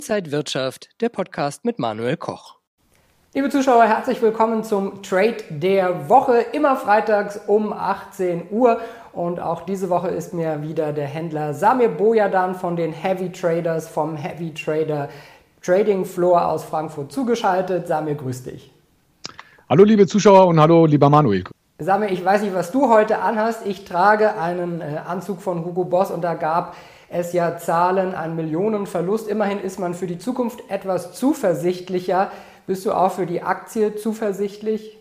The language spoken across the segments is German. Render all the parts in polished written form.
Inside Wirtschaft, der Podcast mit Manuel Koch. Liebe Zuschauer, herzlich willkommen zum Trade der Woche, immer freitags um 18 Uhr. Und auch diese Woche ist mir wieder der Händler Samir Boyadan von den Heavy Traders vom Heavy Trader Trading Floor aus Frankfurt zugeschaltet. Samir, grüß dich. Hallo liebe Zuschauer und hallo lieber Manuel. Samir, ich weiß nicht, was du heute anhast. Ich trage einen Anzug von Hugo Boss und da gab es ja Zahlen, einen Millionenverlust. Immerhin ist man für die Zukunft etwas zuversichtlicher. Bist du auch für die Aktie zuversichtlich?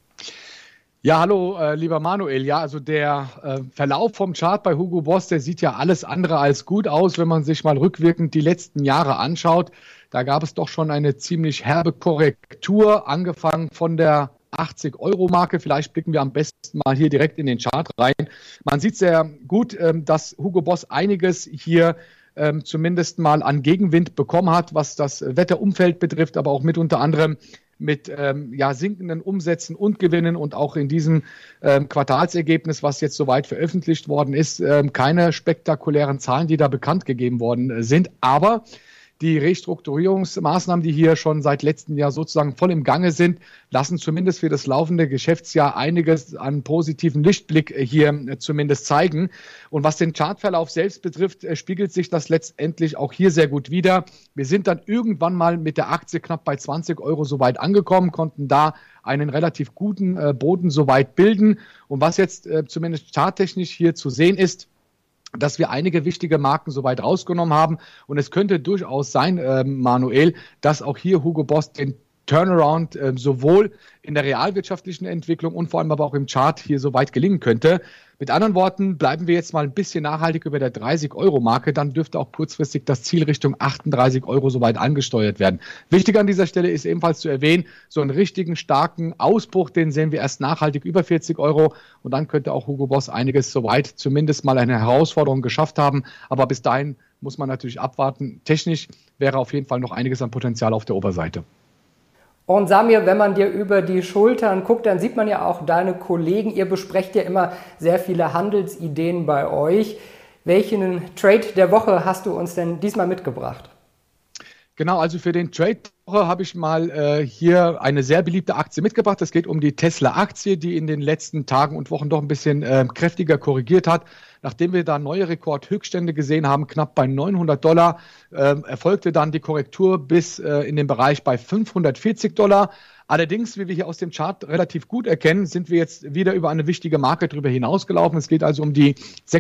Ja, hallo lieber Manuel. Ja, also der Verlauf vom Chart bei Hugo Boss, der sieht ja alles andere als gut aus, wenn man sich mal rückwirkend die letzten Jahre anschaut. Da gab es doch schon eine ziemlich herbe Korrektur, angefangen von der 80-Euro-Marke. Vielleicht blicken wir am besten mal hier direkt in den Chart rein. Man sieht sehr gut, dass Hugo Boss einiges hier zumindest mal an Gegenwind bekommen hat, was das Wetterumfeld betrifft, aber auch mit unter anderem mit sinkenden Umsätzen und Gewinnen und auch in diesem Quartalsergebnis, was jetzt soweit veröffentlicht worden ist, keine spektakulären Zahlen, die da bekannt gegeben worden sind. Aber die Restrukturierungsmaßnahmen, die hier schon seit letztem Jahr sozusagen voll im Gange sind, lassen zumindest für das laufende Geschäftsjahr einiges an positiven Lichtblick hier zumindest zeigen. Und was den Chartverlauf selbst betrifft, spiegelt sich das letztendlich auch hier sehr gut wider. Wir sind dann irgendwann mal mit der Aktie knapp bei 20 Euro soweit angekommen, konnten da einen relativ guten Boden soweit bilden. Und was jetzt zumindest charttechnisch hier zu sehen ist, dass wir einige wichtige Marken soweit rausgenommen haben. Und es könnte durchaus sein, Manuel, dass auch hier Hugo Boss den Turnaround sowohl in der realwirtschaftlichen Entwicklung und vor allem aber auch im Chart hier soweit gelingen könnte. Mit anderen Worten, bleiben wir jetzt mal ein bisschen nachhaltig über der 30-Euro-Marke, dann dürfte auch kurzfristig das Ziel Richtung 38 Euro soweit angesteuert werden. Wichtig an dieser Stelle ist ebenfalls zu erwähnen, so einen richtigen starken Ausbruch, den sehen wir erst nachhaltig über 40 Euro und dann könnte auch Hugo Boss einiges soweit zumindest mal eine Herausforderung geschafft haben, aber bis dahin muss man natürlich abwarten. Technisch wäre auf jeden Fall noch einiges an Potenzial auf der Oberseite. Und Samir, wenn man dir über die Schultern guckt, dann sieht man ja auch deine Kollegen. Ihr besprecht ja immer sehr viele Handelsideen bei euch. Welchen Trade der Woche hast du uns denn diesmal mitgebracht? Genau, also für den Trade der Woche habe ich mal hier eine sehr beliebte Aktie mitgebracht. Es geht um die Tesla-Aktie, die in den letzten Tagen und Wochen doch ein bisschen kräftiger korrigiert hat. Nachdem wir da neue Rekordhöchststände gesehen haben, knapp bei $900, erfolgte dann die Korrektur bis in den Bereich bei $540. Allerdings, wie wir hier aus dem Chart relativ gut erkennen, sind wir jetzt wieder über eine wichtige Marke drüber hinausgelaufen. Es geht also um die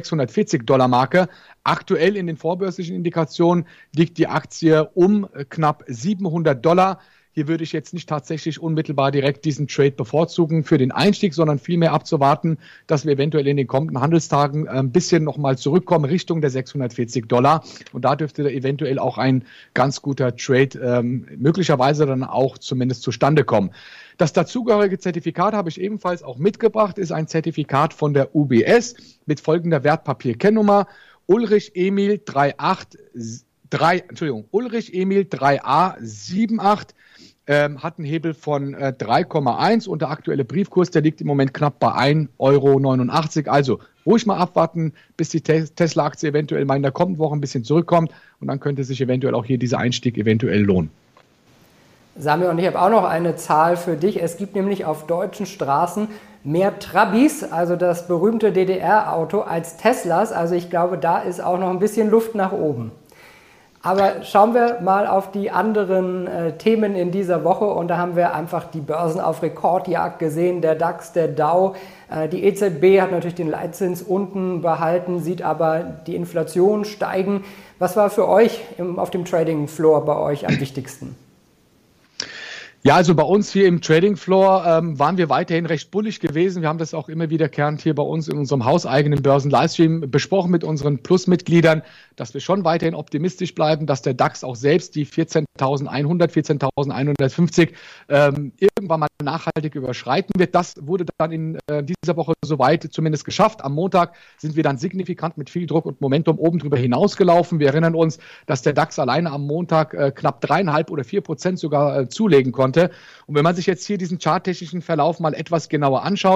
$640-Marke. Aktuell in den vorbörslichen Indikationen liegt die Aktie um knapp $700. Hier würde ich jetzt nicht tatsächlich unmittelbar direkt diesen Trade bevorzugen für den Einstieg, sondern vielmehr abzuwarten, dass wir eventuell in den kommenden Handelstagen ein bisschen nochmal zurückkommen Richtung der $640. Und da dürfte eventuell auch ein ganz guter Trade möglicherweise dann auch zumindest zustande kommen. Das dazugehörige Zertifikat habe ich ebenfalls auch mitgebracht, ist ein Zertifikat von der UBS mit folgender Wertpapierkennnummer Ulrich Emil 3A78, hat einen Hebel von 3,1 und der aktuelle Briefkurs, der liegt im Moment knapp bei 1,89 Euro. Also ruhig mal abwarten, bis die Tesla-Aktie eventuell mal in der kommenden Woche ein bisschen zurückkommt und dann könnte sich eventuell auch hier dieser Einstieg eventuell lohnen. Samir, und ich habe auch noch eine Zahl für dich. Es gibt nämlich auf deutschen Straßen mehr Trabis, also das berühmte DDR-Auto, als Teslas. Also ich glaube, da ist auch noch ein bisschen Luft nach oben. Aber schauen wir mal auf die anderen Themen in dieser Woche und da haben wir einfach die Börsen auf Rekordjagd gesehen, der DAX, der Dow, die EZB hat natürlich den Leitzins unten behalten, sieht aber die Inflation steigen. Was war für euch auf dem Trading Floor bei euch am wichtigsten? Ja, also bei uns hier im Trading Floor waren wir weiterhin recht bullig gewesen. Wir haben das auch immer wiederkehrend hier bei uns in unserem hauseigenen Börsen-Livestream besprochen mit unseren Plus-Mitgliedern, dass wir schon weiterhin optimistisch bleiben, dass der DAX auch selbst die 14.100, 14.150 irgendwann mal nachhaltig überschreiten wird. Das wurde dann in dieser Woche soweit zumindest geschafft. Am Montag sind wir dann signifikant mit viel Druck und Momentum oben drüber hinausgelaufen. Wir erinnern uns, dass der DAX alleine am Montag knapp 3,5 oder 4% sogar zulegen konnte. Und wenn man sich jetzt hier diesen charttechnischen Verlauf mal etwas genauer anschaut,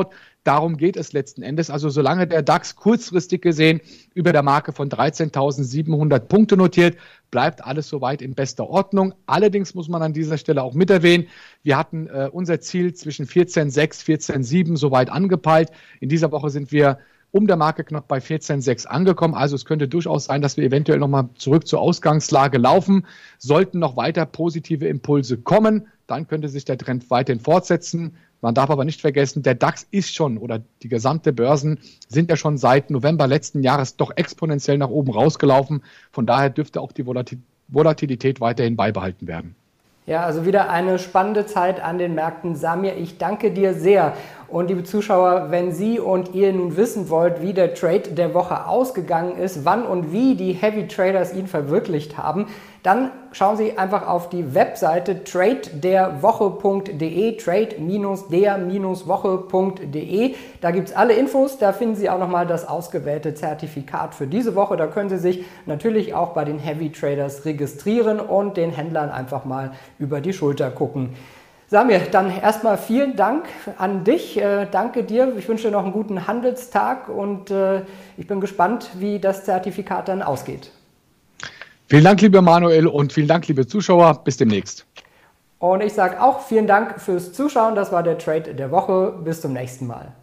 Darum geht es letzten Endes. Also solange der DAX kurzfristig gesehen über der Marke von 13.700 Punkte notiert, bleibt alles soweit in bester Ordnung. Allerdings muss man an dieser Stelle auch mit erwähnen, wir hatten unser Ziel zwischen 14.6, 14.7 soweit angepeilt. In dieser Woche sind wir um der Marke knapp bei 14,6 angekommen. Also es könnte durchaus sein, dass wir eventuell nochmal zurück zur Ausgangslage laufen. Sollten noch weiter positive Impulse kommen, dann könnte sich der Trend weiterhin fortsetzen. Man darf aber nicht vergessen, der DAX ist schon oder die gesamte Börsen sind ja schon seit November letzten Jahres doch exponentiell nach oben rausgelaufen. Von daher dürfte auch die Volatilität weiterhin beibehalten werden. Ja, also wieder eine spannende Zeit an den Märkten. Samir, ich danke dir sehr. Und liebe Zuschauer, wenn Sie und ihr nun wissen wollt, wie der Trade der Woche ausgegangen ist, wann und wie die Heavy Traders ihn verwirklicht haben, dann schauen Sie einfach auf die Webseite tradederwoche.de, trade-der-woche.de. Da gibt es alle Infos, da finden Sie auch nochmal das ausgewählte Zertifikat für diese Woche. Da können Sie sich natürlich auch bei den Heavy Traders registrieren und den Händlern einfach mal über die Schulter gucken. Samir, dann erstmal vielen Dank an dich. Danke dir. Ich wünsche dir noch einen guten Handelstag und ich bin gespannt, wie das Zertifikat dann ausgeht. Vielen Dank, lieber Manuel, und vielen Dank, liebe Zuschauer. Bis demnächst. Und ich sage auch vielen Dank fürs Zuschauen. Das war der Trade der Woche. Bis zum nächsten Mal.